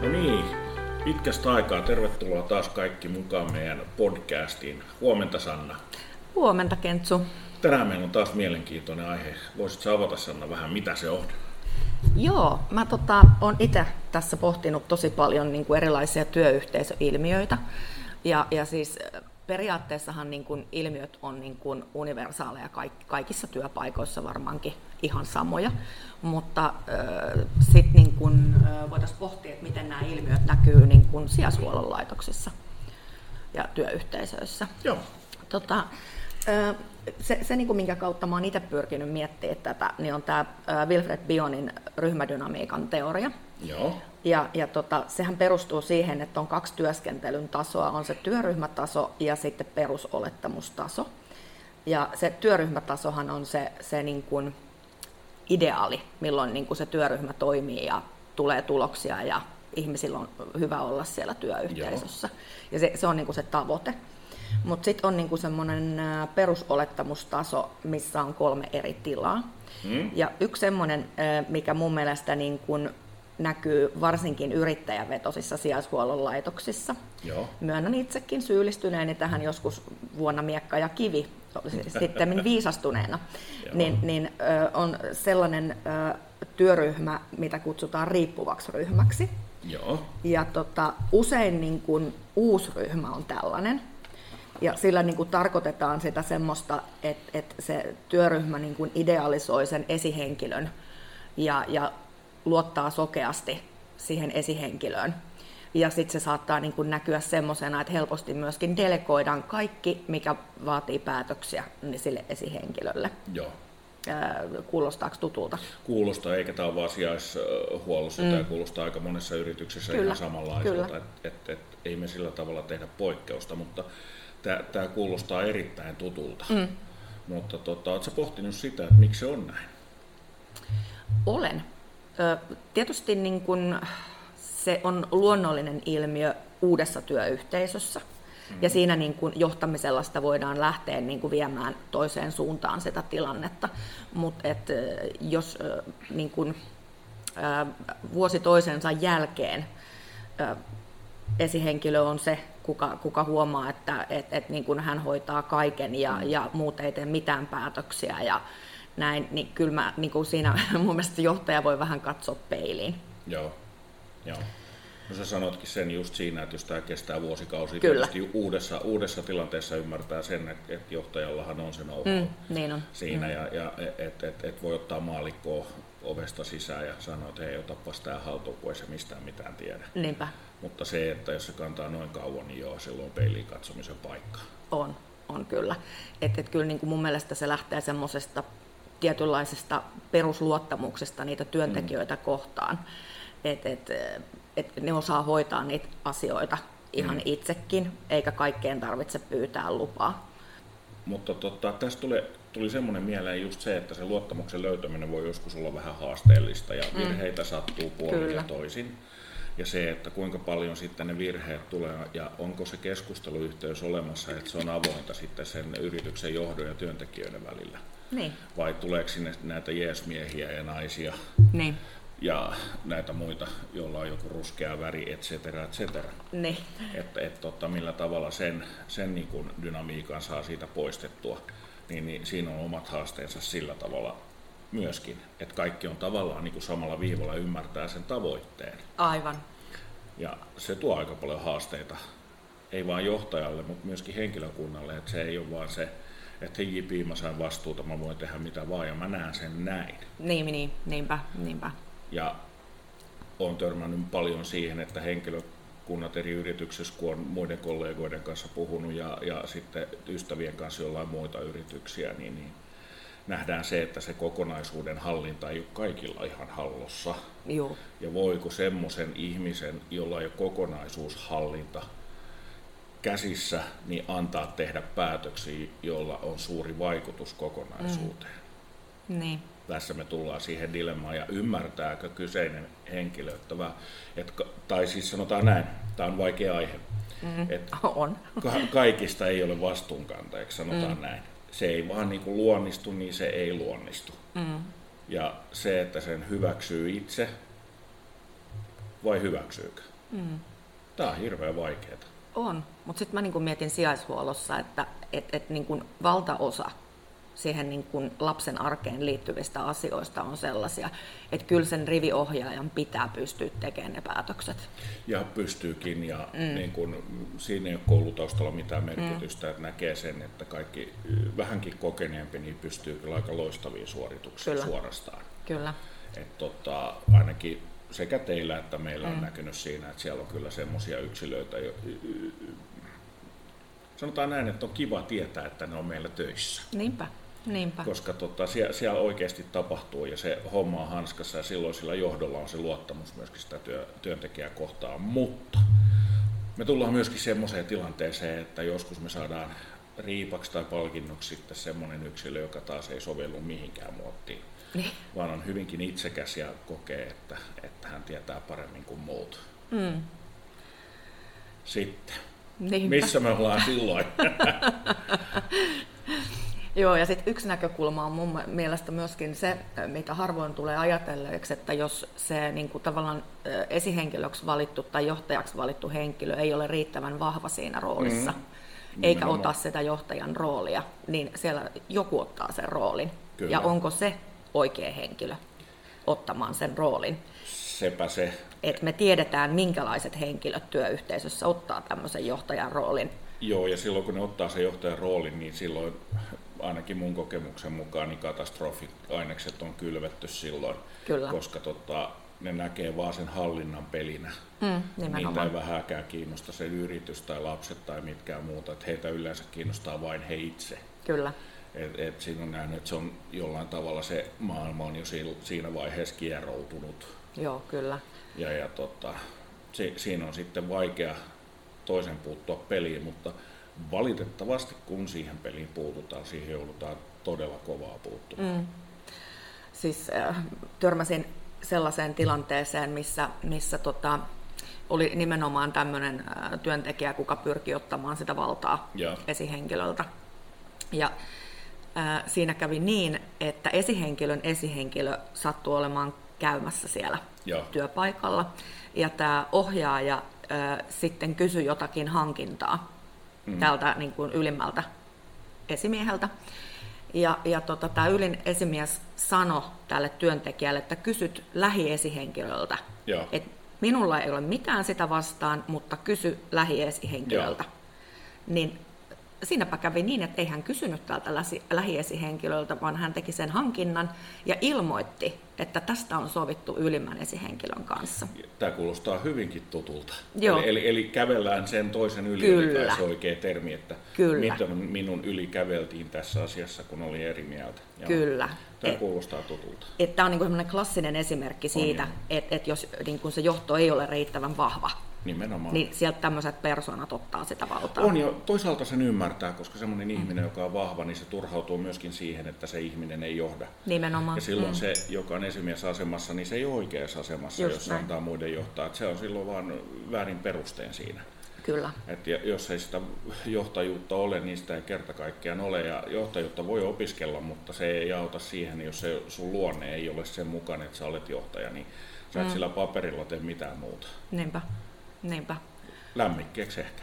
No niin, pitkästä aikaa. Tervetuloa taas kaikki mukaan meidän podcastiin. Huomenta Sanna. Huomenta Kentsu. Tänään meillä on taas mielenkiintoinen aihe. Voisitko avata Sanna vähän mitä se on? Joo, mä oon itse tässä pohtinut tosi paljon niin kuin erilaisia työyhteisöilmiöitä. Ja siis periaatteessahan niin kuin ilmiöt on niin kuin universaaleja kaikissa työpaikoissa varmaankin ihan samoja, mutta sitten niin kuin voitaisiin pohtia, että miten nämä ilmiöt näkyy niin kuin sijaishuollon laitoksissa ja työyhteisöissä. Joo. Se niin kuin minkä kautta mä oon itse pyrkinyt miettimään tätä, niin on tämä Wilfred Bionin ryhmädynamiikan teoria. Joo. Ja sehän perustuu siihen, että on kaksi työskentelyn tasoa, on se työryhmätaso ja sitten perusolettamustaso. Ja se työryhmätasohan on se niin kuin ideaali, milloin niin kuin se työryhmä toimii ja tulee tuloksia ja ihmisillä on hyvä olla siellä työyhteisössä. Joo. Ja se on niin kuin se tavoite. Mutta sitten on niinku semmoinen perusolettamustaso, missä on 3 eri tilaa. Ja yksi semmoinen, mikä mun mielestä niinku näkyy varsinkin yrittäjävetoisissa sijaishuollon laitoksissa. Joo. Myönnän itsekin syyllistyneeni tähän joskus vuonna Miekka ja Kivi, sitten viisastuneena. niin on sellainen työryhmä, mitä kutsutaan riippuvaksi ryhmäksi. Joo. Ja usein niin kun uusi ryhmä on tällainen. Ja sillä niin kuin tarkoitetaan sitä semmoista, että se työryhmä niin kuin idealisoi sen esihenkilön ja luottaa sokeasti siihen esihenkilöön. Ja sitten se saattaa niin kuin näkyä semmoisena, että helposti myöskin delegoidaan kaikki, mikä vaatii päätöksiä niin sille esihenkilölle. Joo. Kuulostaako tutulta? Kuulostaa, eikä tämä ole vaan sijaishuollossa, tämä kuulostaa aika monessa yrityksessä kyllä, ihan samanlaiselta, että ei me sillä tavalla tehdä poikkeusta, mutta tämä kuulostaa erittäin tutulta. Mutta oletko pohtinut sitä, että miksi se on näin? Olen. Tietysti niin kun se on luonnollinen ilmiö uudessa työyhteisössä. Ja siinä niin kun johtamisella sitä voidaan lähteä niin kun viemään toiseen suuntaan sitä tilannetta. Mutta jos niin kun, vuosi toisensa jälkeen esihenkilö on se, kuka huomaa, että niin kun hän hoitaa kaiken ja muut ei tee mitään päätöksiä ja näin, niin kyllä mä, niin kun siinä mun mielestä johtaja voi vähän katsoa peiliin. Joo. No sä sanotkin sen just siinä, että jos tämä kestää vuosikausia, tietysti uudessa tilanteessa ymmärtää sen, että johtajallahan on se know-how niin on. siinä ja et voi ottaa maalikkoa ovesta sisään ja sanoa, että hei, otapas tää haltuun, kun ei se mistään mitään tiedä. Niinpä. Mutta se, että jos se kantaa noin kauan, niin joo, silloin on peiliin katsomisen paikka. On kyllä. Että kyllä niin kuin mun mielestä se lähtee semmoisesta tietynlaisesta perusluottamuksesta niitä työntekijöitä kohtaan. Että ne osaa hoitaa niitä asioita ihan itsekin, eikä kaikkeen tarvitse pyytää lupaa. Mutta tästä tuli semmoinen mieleen just se, että se luottamuksen löytäminen voi joskus olla vähän haasteellista ja virheitä sattuu puolin ja toisin. Ja se, että kuinka paljon sitten ne virheet tulee ja onko se keskusteluyhteys olemassa, että se on avointa sitten sen yrityksen johdon ja työntekijöiden välillä. Niin. Vai tuleeko sinne näitä jeesmiehiä ja naisia niin. ja näitä muita, joilla on joku ruskea väri, et cetera. Niin. Että millä tavalla sen niin kuin dynamiikan saa siitä poistettua, niin siinä on omat haasteensa sillä tavalla myöskin, että kaikki on tavallaan niin kuin samalla viivalla ymmärtää sen tavoitteen. Aivan. Ja se tuo aika paljon haasteita, ei vain johtajalle, mutta myöskin henkilökunnalle, että se ei ole vaan se, että hei, mä sain vastuuta, mä voin tehdä mitä vaan ja mä näen sen näin. Niinpä. Ja olen törmännyt paljon siihen, että henkilökunnat eri yrityksissä, kun on muiden kollegoiden kanssa puhunut ja sitten ystävien kanssa jollain muita yrityksiä, niin nähdään se, että se kokonaisuuden hallinta ei ole kaikilla ihan hallossa. Joo. Ja voiko semmoisen ihmisen, jolla ei ole kokonaisuushallinta käsissä, niin antaa tehdä päätöksiä, joilla on suuri vaikutus kokonaisuuteen. Niin. Tässä me tullaan siihen dilemmaan ja ymmärtääkö kyseinen henkilö, tai siis sanotaan näin, tämä on vaikea aihe, että kaikista ei ole vastuunkantajaksi, sanotaan näin. Se ei vaan niin kuin luonnistu, niin se ei luonnistu. Ja se, että sen hyväksyy itse, vai hyväksyykö? Tämä on hirveän vaikeaa. On, mutta sitten mä niin mietin sijaishuollossa, että niin valtaosa siihen niin lapsen arkeen liittyvistä asioista on sellaisia, että kyllä sen riviohjaajan pitää pystyä tekemään ne päätökset. Ja pystyykin, ja niin kun, siinä ei ole koulutaustalla mitään merkitystä, että näkee sen, että kaikki vähänkin kokeneempi niin pystyy kyllä aika loistavia suorituksia suorastaan. Kyllä. Ainakin sekä teillä että meillä on näkynyt siinä, että siellä on kyllä semmoisia yksilöitä, sanotaan näin, että on kiva tietää, että ne on meillä töissä. Niinpä. Koska siellä oikeasti tapahtuu ja se homma on hanskassa ja silloin sillä johdolla on se luottamus myöskin sitä työntekijää kohtaan. Mutta me tullaan myöskin semmoiseen tilanteeseen, että joskus me saadaan riipaksi tai palkinnoksi sitten semmoinen yksilö, joka taas ei sovellu mihinkään muottiin. Vaan on hyvinkin itsekäs ja kokee, että hän tietää paremmin kuin muut. Sitten. Niinpä. Missä me ollaan silloin? Joo, ja sitten yksi näkökulma on mun mielestä myöskin se, mitä harvoin tulee ajatelleeksi, että jos se niin kuin tavallaan esihenkilöksi valittu tai johtajaksi valittu henkilö ei ole riittävän vahva siinä roolissa, eikä ota sitä johtajan roolia, niin siellä joku ottaa sen roolin. Kyllä. Ja onko se oikea henkilö ottamaan sen roolin? Sepä se. Että me tiedetään, minkälaiset henkilöt työyhteisössä ottaa tämmöisen johtajan roolin. Joo, ja silloin kun ne ottaa sen johtajan roolin, niin silloin ainakin mun kokemuksen mukaan niin katastrofiainekset on kylvetty silloin. Kyllä. Koska ne näkee vaan sen hallinnan pelinä. Niitä ei vähääkään kiinnosta se yritys tai lapset tai mitkään muuta. Että heitä yleensä kiinnostaa vain he itse. Kyllä. Et siinä on nähnyt, että se on jollain tavalla se maailma on jo siinä vaiheessa kieroutunut. Joo, kyllä. Ja siinä on sitten vaikea toisen puuttua peliin, mutta valitettavasti kun siihen peliin puututaan, siihen joudutaan todella kovaa puuttumaan. Siis törmäsin sellaiseen tilanteeseen, missä oli nimenomaan tämmöinen työntekijä, kuka pyrki ottamaan sitä valtaa esihenkilöltä. Ja siinä kävi niin, että esihenkilön esihenkilö sattui olemaan käymässä siellä työpaikalla, ja tämä ohjaaja sitten kysyi jotakin hankintaa tältä niin kuin ylimmältä esimieheltä. Ja tämä ylin esimies sanoi tälle työntekijälle, että kysyt lähiesihenkilöltä, että minulla ei ole mitään sitä vastaan, mutta kysy lähiesihenkilöltä. Niin siinäpä kävi niin, että ei hän kysynyt tältä lähiesihenkilöltä, vaan hän teki sen hankinnan ja ilmoitti, että tästä on sovittu ylimmän esihenkilön kanssa. Tämä kuulostaa hyvinkin tutulta. Eli kävellään sen toisen yli, tai se oikea termi, että miten minun yli käveltiin tässä asiassa, kun oli eri mieltä. Kyllä. Tämä kuulostaa tutulta. Tämä on niin kuin klassinen esimerkki siitä, että jos niin kuin se johto ei ole riittävän vahva, nimenomaan, niin sieltä tämmöiset persoonat ottaa sitä valtaa. On, jo toisaalta sen ymmärtää, koska semmoinen ihminen, joka on vahva, niin se turhautuu myöskin siihen, että se ihminen ei johda. Nimenomaan. Ja silloin se, joka on esimiesasemassa, niin se ei ole oikeassa asemassa, jos antaa muiden johtaa. Että se on silloin vaan väärin perusteen siinä. Kyllä. Että jos ei sitä johtajuutta ole, niin sitä ei kerta kaikkiaan ole. Ja johtajuutta voi opiskella, mutta se ei auta siihen, jos se sun luonne ei ole sen mukaan, että sä olet johtaja, niin sä et sillä paperilla tee mitään muuta. Niinpä. Lämmikkeeksi ehkä.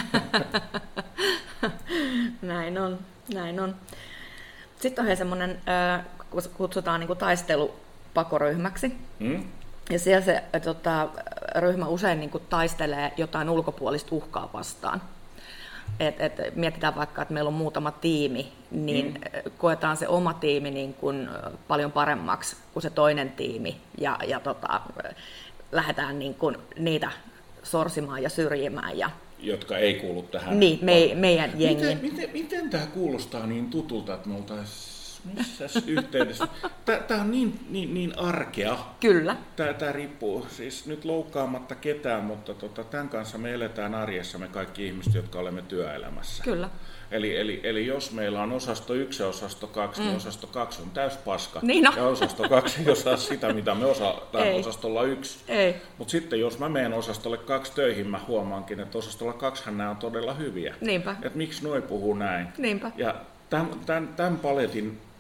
Näin on. Sitten on semmoinen, kutsutaan niin kuin taistelupakoryhmäksi. Ja siellä se ryhmä usein niin kuin taistelee jotain ulkopuolista uhkaa vastaan. Mietitään vaikka, että meillä on muutama tiimi, niin koetaan se oma tiimi niin kuin paljon paremmaksi kuin se toinen tiimi. Ja lähdetään niin kuin niitä sorsimaan ja syrjimään. Jotka ei kuulu tähän. Niin, meidän jengiin. Miten tämä kuulostaa niin tutulta, että me oltaisiin missä yhteydessä? Tämä on niin arkea. Kyllä. Tämä riippuu, siis nyt loukkaamatta ketään, mutta tämän kanssa me eletään arjessa me kaikki ihmiset, jotka olemme työelämässä. Kyllä. Eli jos meillä on osasto 1 ja osasto 2, niin osasto 2 on täys paska. Niin no. Ja osasto 2 ei osaa sitä, mitä me osataan osastolla 1. Mutta sitten jos mä menen osastolle 2 töihin, mä huomaankin, että osastolla 2 nämä on todella hyviä. Niinpä. Et miksi noi puhuu näin? Niinpä. Ja tämän paletin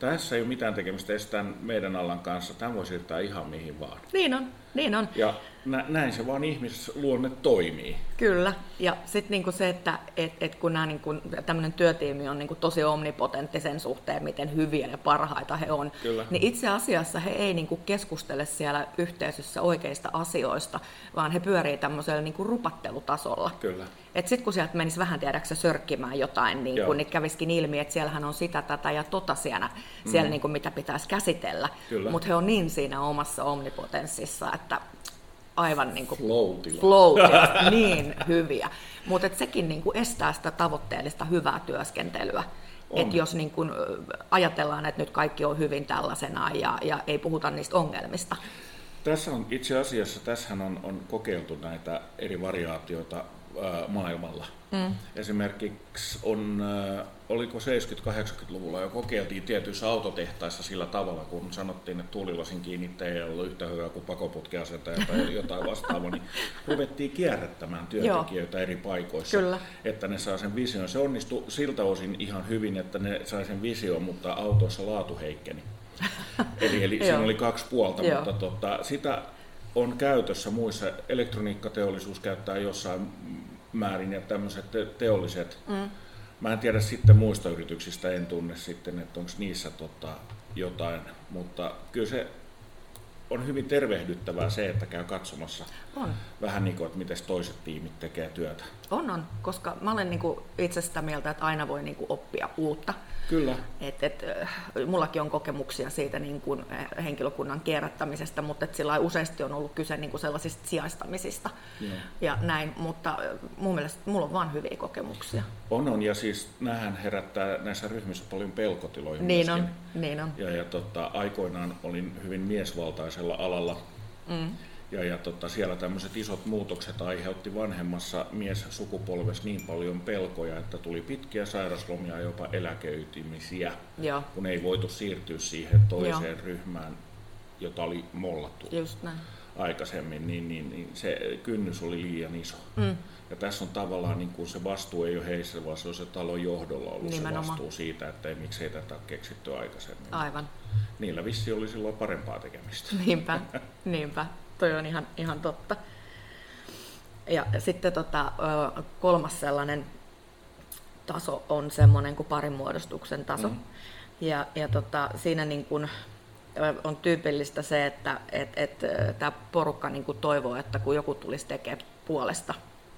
tässä ei ole mitään tekemistä edes tämän meidän alan kanssa. Tämän voi siirtää ihan mihin vaan. Niin on. Ja näin se vaan ihmisluonne toimii. Kyllä. Ja sitten niinku se, että kun niinku, tämmöinen työtiimi on niinku tosi omnipotentti sen suhteen, miten hyviä ja parhaita he on, Kyllä. niin itse asiassa he ei niinku keskustele siellä yhteisössä oikeista asioista, vaan he pyörii tämmöisellä niinku rupattelutasolla. Kyllä. Et sitten kun sieltä menisi vähän tiedäksä sörkkimään jotain, niin kävisikin ilmi, että siellähän on sitä, tätä ja tota siellä niin kuin mitä pitäisi käsitellä. Mutta he on niin siinä omassa omnipotenssissa, että aivan niin kuin flow-tilassa, niin hyviä. Mutta sekin niin kuin estää sitä tavoitteellista hyvää työskentelyä. Että jos niin kuin ajatellaan, että nyt kaikki on hyvin tällaisenaan ja ei puhuta niistä ongelmista. Tässä on itse asiassa, tässähän on kokeiltu näitä eri variaatioita maailmalla. Esimerkiksi oliko 70-80-luvulla jo kokeiltiin tietyissä autotehtaissa sillä tavalla, kun sanottiin, että tuulilasin kiinnittäjä ei ollut yhtä hyvä kuin pakoputkiasentaja tai jotain vastaavaa, niin ruvettiin kierrättämään työntekijöitä eri paikoissa, Kyllä. että ne saa sen vision. Se onnistui siltä osin ihan hyvin, että ne sai sen vision, mutta autoissa laatu heikkeni. Eli siinä oli 2 puolta, mutta sitä on käytössä muissa. Elektroniikkateollisuus käyttää jossain määrin ja tämmöiset teolliset. Mä en tiedä sitten muista yrityksistä, en tunne sitten, että onko niissä jotain, mutta kyllä se on hyvin tervehdyttävää se, että käy katsomassa vähän niin kuin, että miten toiset tiimit tekee työtä. On, koska mä olen niinku itse sitä mieltä, että aina voi niinku oppia uutta. Kyllä. Mullakin on kokemuksia siitä niin kuin henkilökunnan kierrättämisestä, mutta sillä useasti on ollut kyse niin kuin sellaisista sijaistamisista ja näin, mutta mun mielestä mulla on vaan hyviä kokemuksia. On, ja siis näähän herättää näissä ryhmissä paljon pelkotiloja niin myöskin. On. Ja aikoinaan olin hyvin miesvaltaisella alalla. Ja siellä tämmöiset isot muutokset aiheutti vanhemmassa miessukupolvessa niin paljon pelkoja, että tuli pitkiä sairaslomia ja jopa eläköitymisiä, kun ei voitu siirtyä siihen toiseen ryhmään, jota oli mollattu aikaisemmin, niin se kynnys oli liian iso. Ja tässä on tavallaan niin kuin se vastuu ei ole heissä, vaan se on se talon johdolla ollut Nimenomaan. Se vastuu siitä, että miksei tätä keksitty aikaisemmin. Aivan. Niillä vissi oli silloin parempaa tekemistä. Niinpä. Toi on ihan totta. Ja sitten kolmas sellainen taso on semmoinen kuin parinmuodostuksen taso. Ja siinä niin kuin on tyypillistä se, että tämä porukka niin kuin toivoo, että kun joku tulisi tekemään puolesta.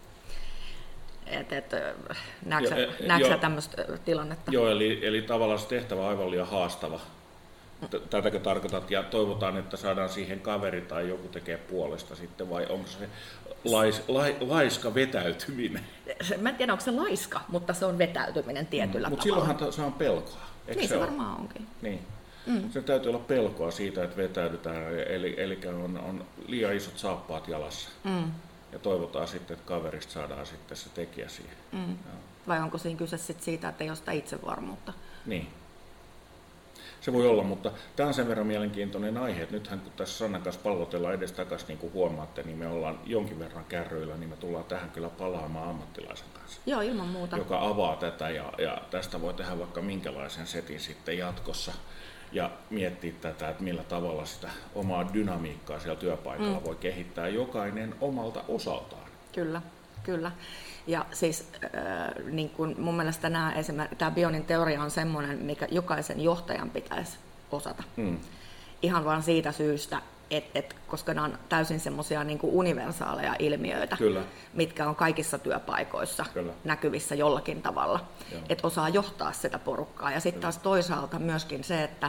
Näetkö sä tämmöistä tilannetta? Joo, eli tavallaan se tehtävä on aivan liian haastava. Tätäkö tarkoitat, ja toivotaan, että saadaan siihen kaveri tai joku tekee puolesta sitten, vai onko se laiska vetäytyminen? Mä en tiedä, onko se laiska, mutta se on vetäytyminen tietyllä tavalla. Mutta silloinhan se on pelkoa, eikö niin se varmaan onkin. Niin. Se täytyy olla pelkoa siitä, että vetäydytään, eli on liian isot saappaat jalassa. Ja toivotaan sitten, että kaverista saadaan sitten se tekijä siihen. Vai onko siinä kyse sitten siitä, että ei ole sitä itsevarmuutta? Niin. Se voi olla, mutta tämä on sen verran mielenkiintoinen aihe, että nythän kun tässä Sannan kanssa pallotellaan edestakaisin, niin kuin huomaatte, niin me ollaan jonkin verran kärryillä, niin me tullaan tähän kyllä palaamaan ammattilaisen kanssa. Joo, ilman muuta. Joka avaa tätä ja tästä voi tehdä vaikka minkälaisen setin sitten jatkossa ja miettiä tätä, että millä tavalla sitä omaa dynamiikkaa siellä työpaikalla voi kehittää jokainen omalta osaltaan. Kyllä. Ja siis niin kun mun mielestä tämä Bionin teoria on semmoinen, mikä jokaisen johtajan pitäisi osata. Ihan vaan siitä syystä, että koska nämä on täysin semmoisia niin kuin universaaleja ilmiöitä, Kyllä. mitkä on kaikissa työpaikoissa Kyllä. näkyvissä jollakin tavalla. Että osaa johtaa sitä porukkaa. Ja sitten taas toisaalta myöskin se, että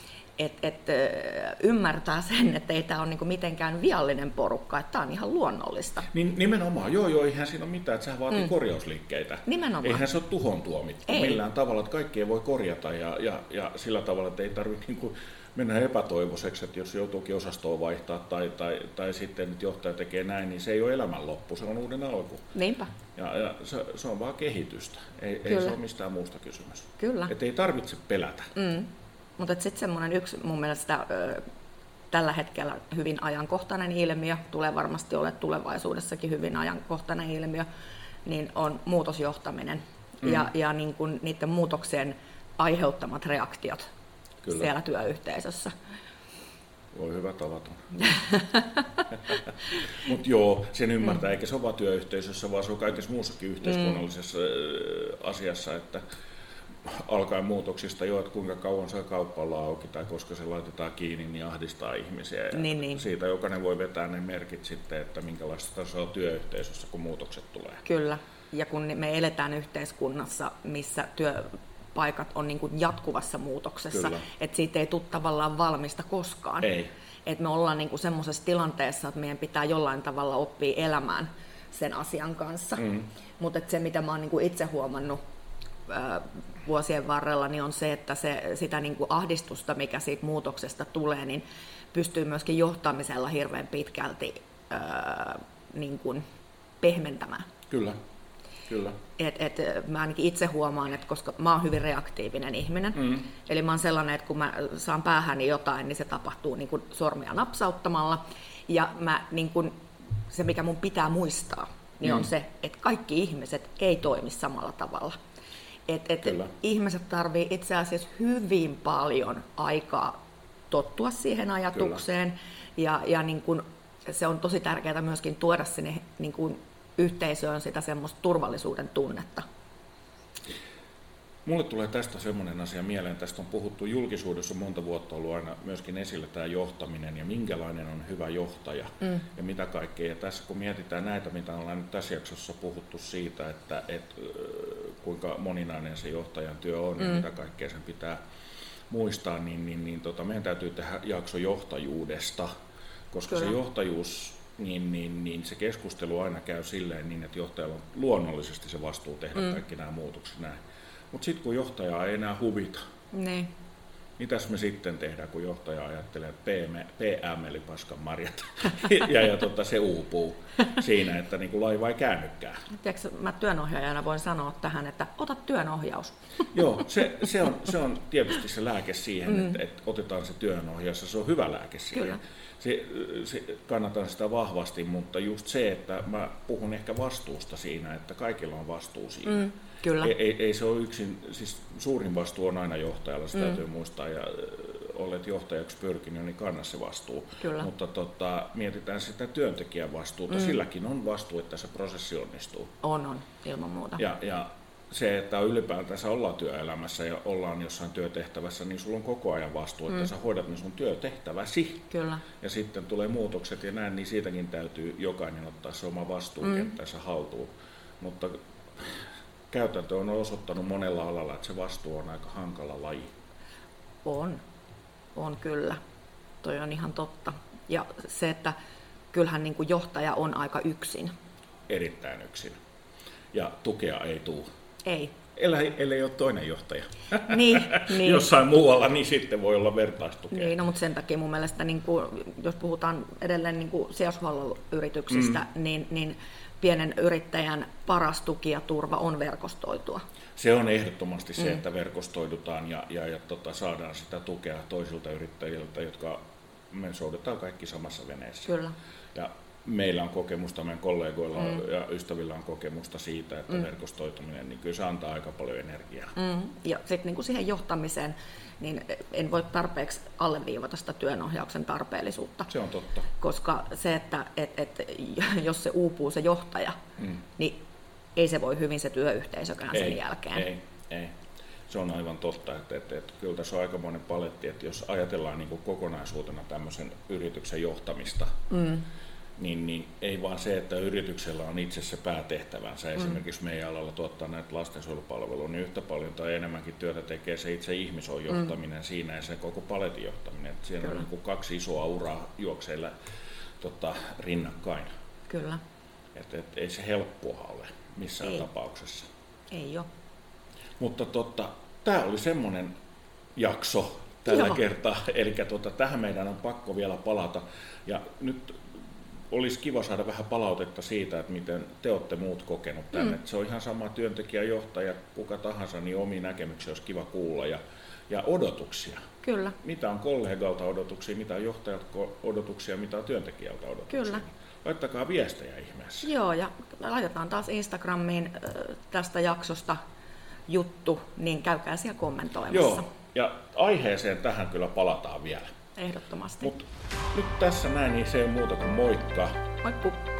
ymmärtää sen, että ei tämä ole niinku mitenkään viallinen porukka, että tämä on ihan luonnollista. Niin, nimenomaan, joo, eihän siinä ole mitään, että sehän vaatii korjausliikkeitä. Nimenomaan. Eihän se ole tuhon tuomittu millään tavalla, että kaikkea voi korjata ja sillä tavalla, että ei tarvitse niinku mennä epätoivoiseksi, että jos joutuukin osastoon vaihtaa tai sitten nyt johtaja tekee näin, niin se ei ole elämänloppu, se on uuden alku. Niinpä. Ja se on vaan kehitystä, ei se ole mistään muusta kysymys. Kyllä. Että ei tarvitse pelätä. Mutta sitten semmoinen yksi mun mielestä tällä hetkellä hyvin ajankohtainen ilmiö, tulee varmasti olemaan tulevaisuudessakin hyvin ajankohtainen ilmiö, niin on muutosjohtaminen ja niin kuin niiden muutoksien aiheuttamat reaktiot siellä työyhteisössä. Voi hyvä tavaton. Mutta joo, sen ymmärtää, eikä se ole vain työyhteisössä, vaan se on kaikessa muussakin yhteiskunnallisessa asiassa, että alkaen muutoksista jo, että kuinka kauan saa kauppa olla auki tai koska se laitetaan kiinni, niin ahdistaa ihmisiä. Niin. Siitä jokainen voi vetää ne merkit sitten, että minkälaista tasoa työyhteisössä, kun muutokset tulee. Kyllä, ja kun me eletään yhteiskunnassa, missä työpaikat on niin kuin jatkuvassa muutoksessa, että siitä ei tule tavallaan valmista koskaan. Ei. Että me ollaan niin kuin semmoisessa tilanteessa, että meidän pitää jollain tavalla oppia elämään sen asian kanssa. Mutta se, mitä mä oon niin kuin itse huomannut vuosien varrella, niin on se, että sitä niin kuin ahdistusta, mikä siitä muutoksesta tulee, niin pystyy myöskin johtamisella hirveän pitkälti niin kuin pehmentämään. Kyllä. Mä ainakin itse huomaan, että koska mä oon hyvin reaktiivinen ihminen, eli mä oon sellainen, että kun mä saan päähäni jotain, niin se tapahtuu niin kuin sormia napsauttamalla, ja niin kuin, se, mikä mun pitää muistaa, niin on se, että kaikki ihmiset ei toimi samalla tavalla. Ihmiset tarvii itse asiassa hyvin paljon aikaa tottua siihen ajatukseen, ja niin kun, se on tosi tärkeää myöskin tuoda sinne niin kun yhteisöön sitä semmoista turvallisuuden tunnetta. Mulle tulee tästä semmoinen asia mieleen, tästä on puhuttu julkisuudessa monta vuotta, ollut aina myöskin esillä tämä johtaminen ja minkälainen on hyvä johtaja ja mitä kaikkea. Ja tässä kun mietitään näitä, mitä ollaan nyt tässä jaksossa puhuttu siitä, että kuinka moninainen se johtajan työ on ja mitä kaikkea sen pitää muistaa, niin meidän täytyy tehdä jakso johtajuudesta, koska se johtajuus, niin se keskustelu aina käy silleen niin, että johtajalla on luonnollisesti se vastuu tehdä kaikki nämä muutokset näin. Mutta sitten kun johtajaa ei enää huvita, niin mitäs me sitten tehdään, kun johtaja ajattelee, että PM eli paskan marjat, ja se uupuu siinä, että niin kuin laiva ei käännykään. Tiedätkö, mä työnohjaajana voin sanoa tähän, että ota työnohjaus. Joo, se on tietysti se lääke siihen, että otetaan se työnohjaus, se on hyvä lääke siihen. Se kannatan sitä vahvasti, mutta just se, että mä puhun ehkä vastuusta siinä, että kaikilla on vastuu siinä. Kyllä. Ei se ole yksin, siis suurin vastuu on aina johtajalla, se täytyy muistaa, ja olet johtajaksi pyrkinyt, niin kanna se vastuu. Kyllä. Mutta mietitään sitä työntekijän vastuuta, silläkin on vastuu, että se prosessi onnistuu. On, ilman muuta. Ja se, että ylipäätänsä ollaan työelämässä ja ollaan jossain työtehtävässä, niin sulla on koko ajan vastuu, että sä hoidat ne sun työtehtäväsi. Kyllä. Ja sitten tulee muutokset ja näin, niin siitäkin täytyy jokainen ottaa se oma vastuukenttänsä haltuun. Mutta käytäntö on osoittanut monella alalla, että se vastuu on aika hankala laji. On kyllä. Toi on ihan totta. Ja se, että kyllähän niin kuin johtaja on aika yksin. Erittäin yksin. Ja tukea ei tule. Ei. Ellei ole toinen johtaja. Niin. Jossain muualla, niin sitten voi olla vertaistukea. Niin, no, mutta sen takia mun mielestä, niin kuin, jos puhutaan edelleen niin kuin sijaishuollon yrityksistä, niin pienen yrittäjän paras tuki ja turva on verkostoitua. Se on ehdottomasti se, että verkostoidutaan ja saadaan sitä tukea toisilta yrittäjiltä, jotka me soudetaan kaikki samassa veneessä. Kyllä. Ja meillä on kokemusta, meidän kollegoilla ja ystävillä on kokemusta siitä, että verkostoituminen, niin kyllä se antaa aika paljon energiaa. Ja sitten niin siihen johtamiseen, niin en voi tarpeeksi alleviivata sitä työnohjauksen tarpeellisuutta. Se on totta. Koska se, että jos se uupuu se johtaja, niin ei se voi hyvin se työyhteisökään sen jälkeen. Ei. Se on aivan totta, että kyllä tässä on aikamoinen paletti, että jos ajatellaan niin kuin kokonaisuutena tämmöisen yrityksen johtamista, niin ei vaan se, että yrityksellä on itse se päätehtävänsä. Esimerkiksi meidän alalla tuottaa näitä lastensuojelupalveluja, niin yhtä paljon tai enemmänkin työtä tekee se itse ihmisen johtaminen siinä ja se koko paletin johtaminen. Että siellä on niin kuin kaksi isoa uraa juokseilla rinnakkain. Kyllä. Että ei se helppoa ole missään tapauksessa. Ei ole. Mutta tämä oli semmoinen jakso tällä kertaa, eli tähän meidän on pakko vielä palata. Ja nyt olisi kiva saada vähän palautetta siitä, että miten te olette muut kokenut tänne. Se on ihan sama työntekijä, johtaja, kuka tahansa, niin omia näkemyksiä olisi kiva kuulla ja odotuksia. Kyllä. Mitä on kollegalta odotuksia, mitä on johtajalta odotuksia, mitä on työntekijältä odotuksia. Kyllä. Laittakaa viestejä ihmeessä. Joo, ja laitetaan taas Instagramiin tästä jaksosta juttu, niin käykää siellä kommentoimassa. Joo, Ja aiheeseen tähän kyllä palataan vielä. Ehdottomasti. Mut nyt tässä näin, niin se ei muuta kuin moikka. Moikku!